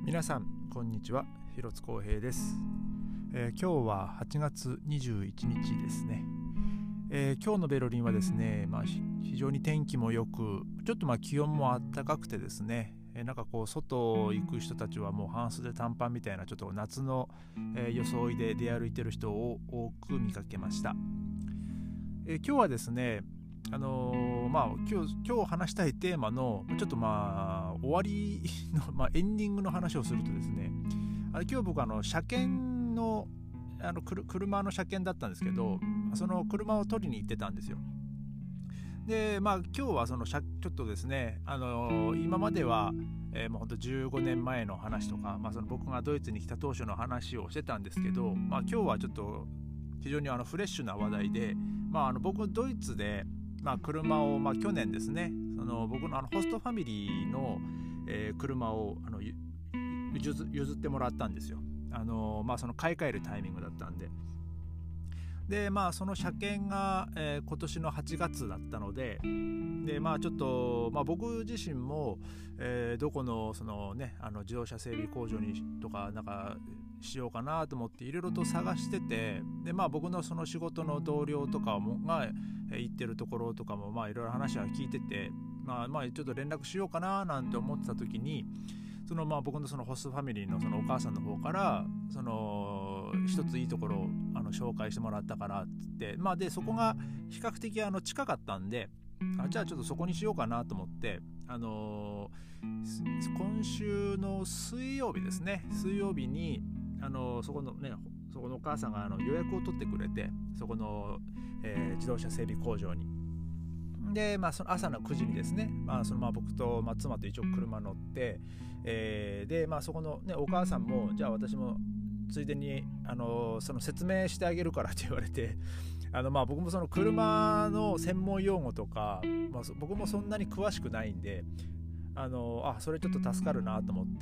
皆さんこんにちは、広津光平です。今日は8月21日ですね。今日のベルリンはですね、非常に天気も良く、ちょっと気温も暖かくてですね、なんかこう外行く人たちはもう半袖短パンみたいなちょっと夏の、装いで出歩いてる人を多く見かけました。今日はですね、今日話したいテーマのちょっと終わりの、エンディングの話をするとですね、今日僕車検の車の車検だったんですけど、その車を取りに行ってたんですよ。で今日はちょっとですね、今までは、もうほんと15年前の話とか、その僕がドイツに来た当初の話をしてたんですけど、今日はちょっと非常にフレッシュな話題で、僕ドイツで車を、去年ですね、僕のホストファミリーの、車を譲ってもらったんですよ。その買い替えるタイミングだったんで。でその車検が、今年の8月だったので、ちょっと、僕自身も、どこの自動車整備工場にとかしようかなと思っていろいろと探してて、で僕のその仕事の同僚とかが行ってるところとかもいろいろ話は聞いてて、ちょっと連絡しようかななんて思ってた時に、僕のそのホストファミリーのそのお母さんの方から一ついいところを紹介してもらったからっつって、でそこが比較的近かったんで、じゃあちょっとそこにしようかなと思って、今週の水曜日ですね、水曜日にそこのお母さんが予約を取ってくれて、そこの、自動車整備工場に。でその朝の9時にですね、僕と妻と一応車乗って、でそこの、お母さんもじゃあ私もついでにその説明してあげるからって言われて、僕もその車の専門用語とか、僕もそんなに詳しくないんで、それちょっと助かるなと思って、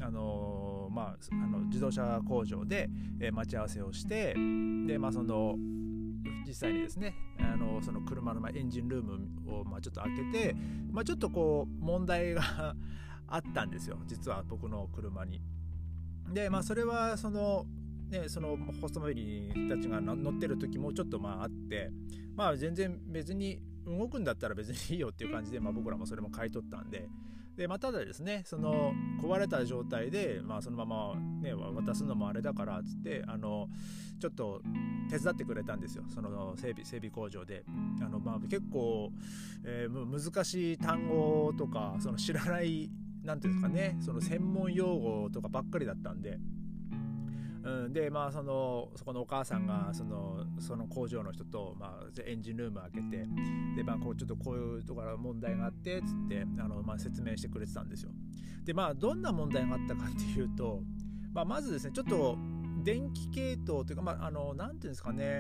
自動車工場で、待ち合わせをして、で実際にですね、その車のエンジンルームをちょっと開けて、ちょっとこう問題があったんですよ、実は僕の車に。でそれはそのホストファミリーたちが乗ってる時もちょっとあって、全然別に動くんだったら別にいいよっていう感じで、僕らもそれも買い取ったんで、ただですね、その壊れた状態で、そのまま、渡すのもあれだからっつって、ちょっと手伝ってくれたんですよ、その整備工場で。結構、難しい単語とかその知らないなんていうんですかね、その専門用語とかばっかりだったんで、でそこのお母さんがその工場の人と、エンジンルーム開けて、でちょっとこういうところ問題があってつって、説明してくれてたんですよ。でどんな問題があったかっていうと、まずですね、ちょっと電気系統というか、なんていうんですかね、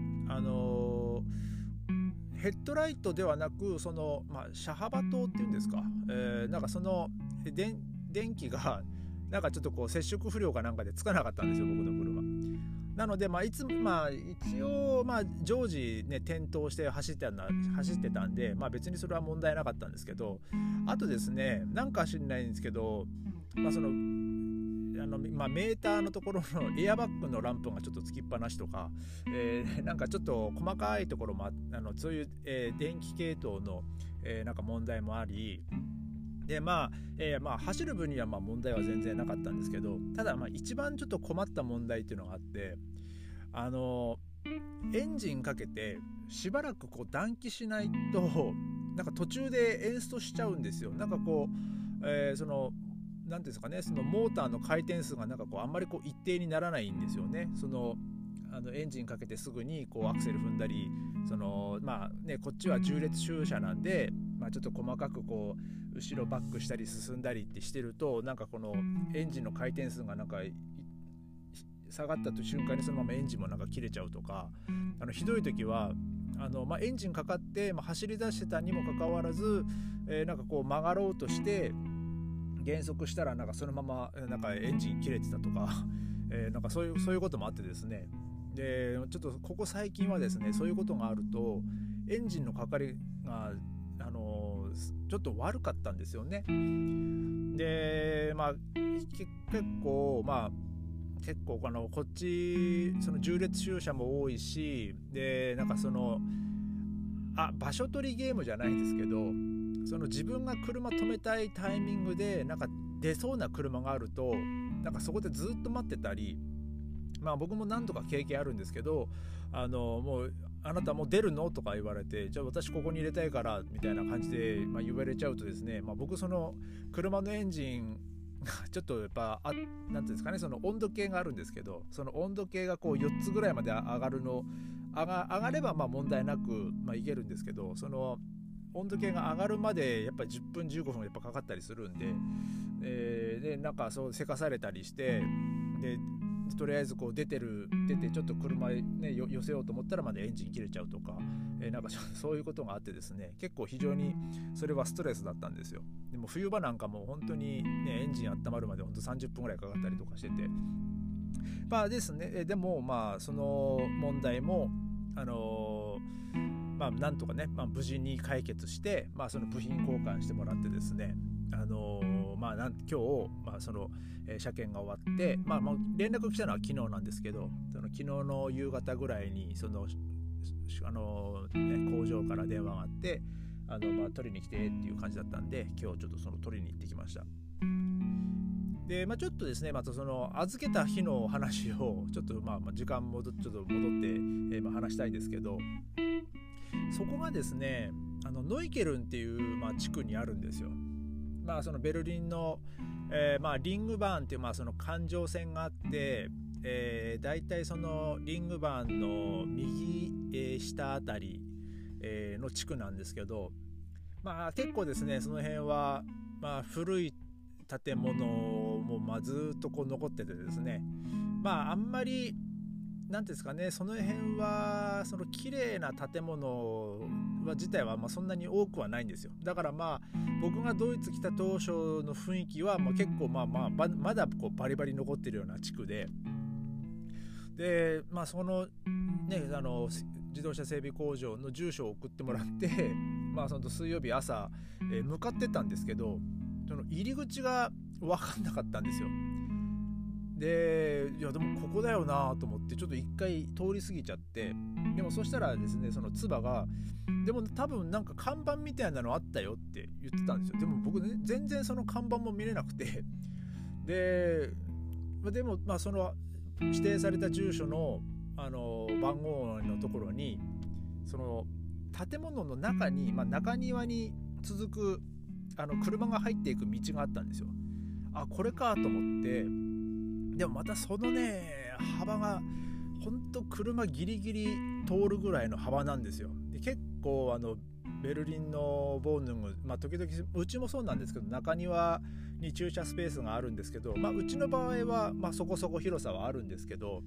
ヘッドライトではなく、車幅灯っていうんですか、その電気がちょっとこう接触不良かなんかでつかなかったんですよ、僕の車。なので一応常時ね点灯して走ってたんで、別にそれは問題なかったんですけど、あとですね、なんか知んないんですけど、そのメーターのところのエアバッグのランプがちょっとつきっぱなしとか、ちょっと細かいところもそういう、電気系統の、問題もあり、で走る分には問題は全然なかったんですけど、ただ一番ちょっと困った問題っていうのがあって、エンジンかけてしばらくこう暖気しないと途中でエンストしちゃうんですよ。なんていうんですかね、そのモーターの回転数があんまりこう一定にならないんですよね。エンジンかけてすぐにこうアクセル踏んだり、こっちは縦列駐車なんで、ちょっと細かくこう後ろバックしたり進んだりってしてると、このエンジンの回転数が下がった瞬間にそのままエンジンも切れちゃうとか、ひどい時はエンジンかかって、走り出してたにもかかわらず、こう曲がろうとして減速したらそのままエンジン切れてたとか、そういうこともあってですね、でちょっとここ最近はですね、そういうことがあるとエンジンのかかりがちょっと悪かったんですよね。で結構こっちその縦列駐車も多いし、で場所取りゲームじゃないんですけど、その自分が車止めたいタイミングで出そうな車があるとそこでずっと待ってたり、僕も何度か経験あるんですけど、もうあなたもう出るのとか言われて、じゃあ私ここに入れたいからみたいな感じで、言われちゃうとですね、僕その車のエンジンがちょっとやっぱなんていうんですかね、その温度計があるんですけど、その温度計がこう4つぐらいまで上がれば問題なくいけるんですけど、その温度計が上がるまでやっぱり10分15分やっぱかかったりするんで、そうせかされたりして、でとりあえずこう出てちょっと車ね寄せようと思ったらまだエンジン切れちゃうとか、そういうことがあってですね、結構非常にそれはストレスだったんですよ。でも冬場なんかもう本当にねエンジン温まるまで本当30分ぐらいかかったりとかしてて、ですね、でもその問題もなんとかね、無事に解決して、その部品交換してもらってですね、今日、その、車検が終わって、連絡来たのは昨日なんですけど、その昨日の夕方ぐらいにその工場から電話があって取りに来てっていう感じだったんで、今日ちょっとその取りに行ってきました。でちょっとですね、またその預けた日の話をちょっと時間もちょっと戻って、話したいんですけど、そこがですねノイケルンっていう、地区にあるんですよ。そのベルリンの、リングバーンっていうその環状線があって、だいたいそのリングバーンの右、下あたり、の地区なんですけど、結構ですねその辺は、古い建物もずっとこう残っててですね、あんまりなんですかね、その辺はその綺麗な建物自体はそんなに多くはないんですよ。だから僕がドイツ来た当初の雰囲気は結構まだこうバリバリ残ってるような地区で、そのね自動車整備工場の住所を送ってもらってその水曜日朝、向かってったんですけど、その入り口が分かんなかったんですよ。でもここだよなと思ってちょっと一回通り過ぎちゃって、でもそしたらですね、その唾がでも多分看板みたいなのあったよって言ってたんですよ。でも僕ね全然その看板も見れなくて、でもその指定された住所の番号のところにその建物の中に、中庭に続く車が入っていく道があったんですよ。これかと思って、でもまたそのね幅がほんと車ギリギリ通るぐらいの幅なんですよ。で結構ベルリンのボーヌング、時々うちもそうなんですけど中庭に駐車スペースがあるんですけど、うちの場合は、そこそこ広さはあるんですけど、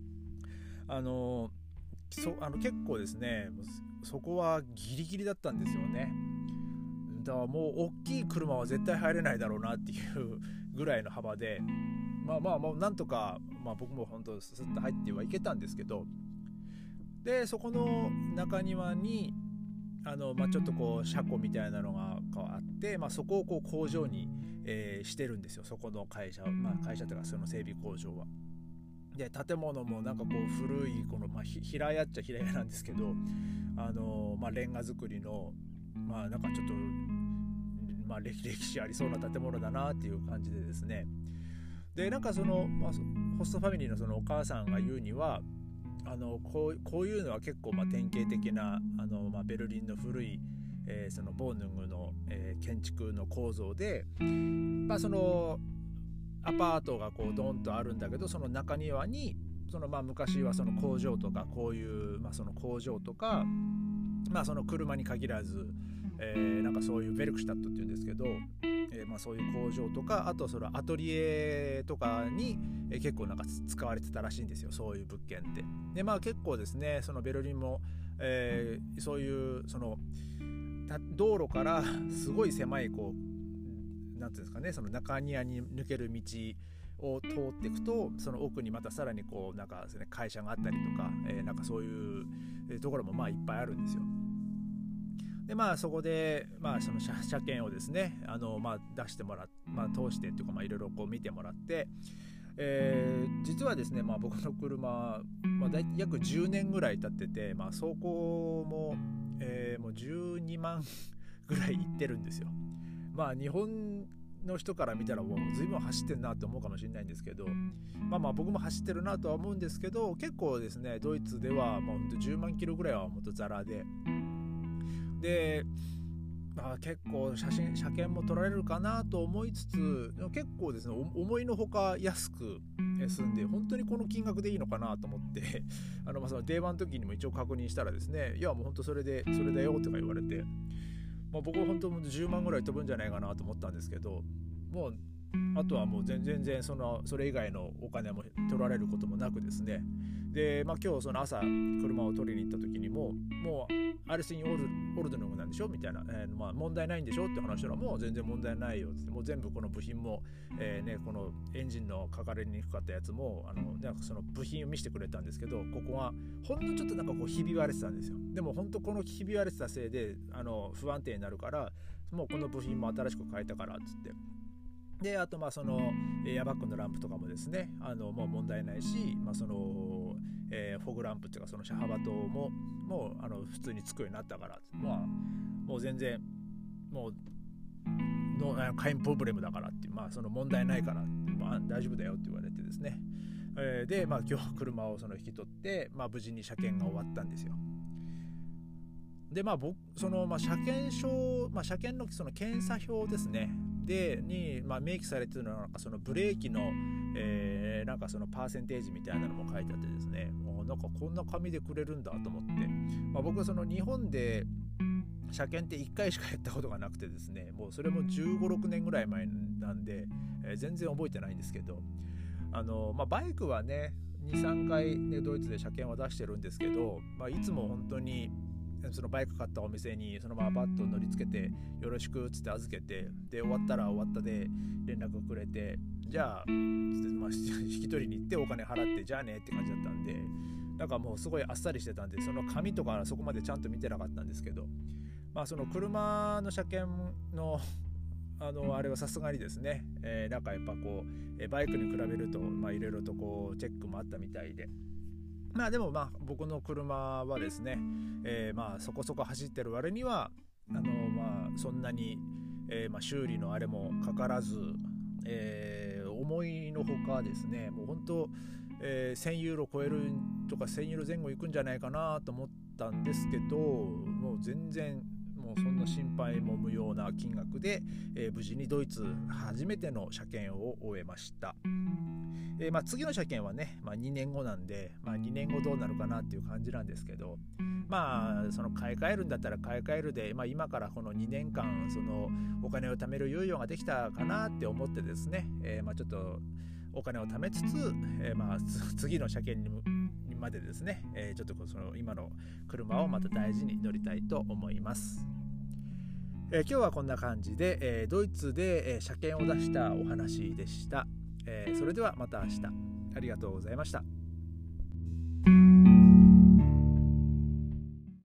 結構ですねそこはギリギリだったんですよね。だからもう大きい車は絶対入れないだろうなっていうぐらいの幅で、なんとか、僕も本当スッと入ってはいけたんですけど、でそこの中庭にちょっとこう車庫みたいなのがあって、そこをこう工場に、してるんですよ、そこの会社、会社というかその整備工場は。で建物もこう古いこの、平屋っちゃ平屋なんですけどレンガ造りのちょっと歴史ありそうな建物だなっていう感じでですね、でその、ホストファミリーのそのお母さんが言うにはこういうのは結構典型的なベルリンの古い、そのボーヌングの、建築の構造で、そのアパートがこうドンとあるんだけど、その中庭にその昔はその工場とかこういう、その工場とか、その車に限らず、そういうベルクシュタットっていうんですけど、そういう工場とか、あとそのアトリエとかに、結構使われてたらしいんですよ、そういう物件って。で結構ですねそのベルリンも、そういうその道路からすごい狭いこうなんていうんですかね、その中庭に抜ける道を通っていくと、その奥にまたさらにこうですね、会社があったりとか、そういうところもいっぱいあるんですよ。 でそこで、その車検をですね出してもらって、通してっていうかいろいろこう見てもらって、実はですね、僕の車、約10年ぐらい経ってて、走行も、もう12万ぐらいいってるんですよ。日本の人から見たらもう随分走ってるなと思うかもしれないんですけど、僕も走ってるなとは思うんですけど、結構ですねドイツではもうほんと10万キロぐらいは本当ザラで、結構車検も取られるかなと思いつつ、結構ですね思いのほか安く済んで、本当にこの金額でいいのかなと思ってその電話の時にも一応確認したらですね、いやもう本当それだよとか言われて、僕は本当10万ぐらい飛ぶんじゃないかなと思ったんですけど、もうあとはもう全然それ以外のお金も取られることもなくですね、で、今日その朝車を取りに行った時にもうアルスインオルドヌングなんでしょみたいな、問題ないんでしょって話したら、もう全然問題ないよって、もう全部この部品も、このエンジンのかかりにくかったやつもなんかその部品を見せてくれたんですけど、ここはほんのちょっとなんかこうひび割れてたんですよ。でも本当このひび割れてたせいで不安定になるから、もうこの部品も新しく変えたからっつって、であとそのエアバッグのランプとかもですねもう問題ないし、そのフォグランプっていうかその車幅灯もう普通につくようになったから、もう全然もうカインプロブレムだからっていう、その問題ないから、大丈夫だよって言われてですね、で今日車を引き取って、無事に車検が終わったんですよ。で僕その車検証、車検のその検査表ですねに明記されてるのはなんかそのブレーキの、なんかそのパーセンテージみたいなのも書いてあってですね、なんかこんな紙でくれるんだと思って、僕はその日本で車検って1回しかやったことがなくてですね、もうそれも15、6年ぐらい前なんで、全然覚えてないんですけど、バイクはね 2,3 回、ドイツで車検は出してるんですけど、いつも本当にそのバイク買ったお店にそのままバッと乗りつけてよろしくっつって預けて、で終わったら終わったで連絡くれて、じゃあつって、引き取りに行ってお金払ってじゃあねって感じだったんで、なんかもうすごいあっさりしてたんで、その紙とかそこまでちゃんと見てなかったんですけど、その車の車検のあれはさすがにですね、なんかやっぱこうバイクに比べるといろいろとこうチェックもあったみたいで、でも僕の車はですね、そこそこ走ってる割にはそんなに、修理のあれもかからず、思いのほかですね、もう本当、1000ユーロ超えるとか1000ユーロ前後いくんじゃないかなと思ったんですけど、もう全然もうそんな心配も無用な金額で、無事にドイツ初めての車検を終えました。次の車検はね、2年後なんで、2年後どうなるかなっていう感じなんですけど、その買い替えるんだったら買い替えるで、今からこの2年間そのお金を貯める猶予ができたかなって思ってですね、ちょっとお金を貯めつつ、次の車検にまでですね、ちょっとその今の車をまた大事に乗りたいと思います。今日はこんな感じで、ドイツで、車検を出したお話でした。それではまた明日。ありがとうございました。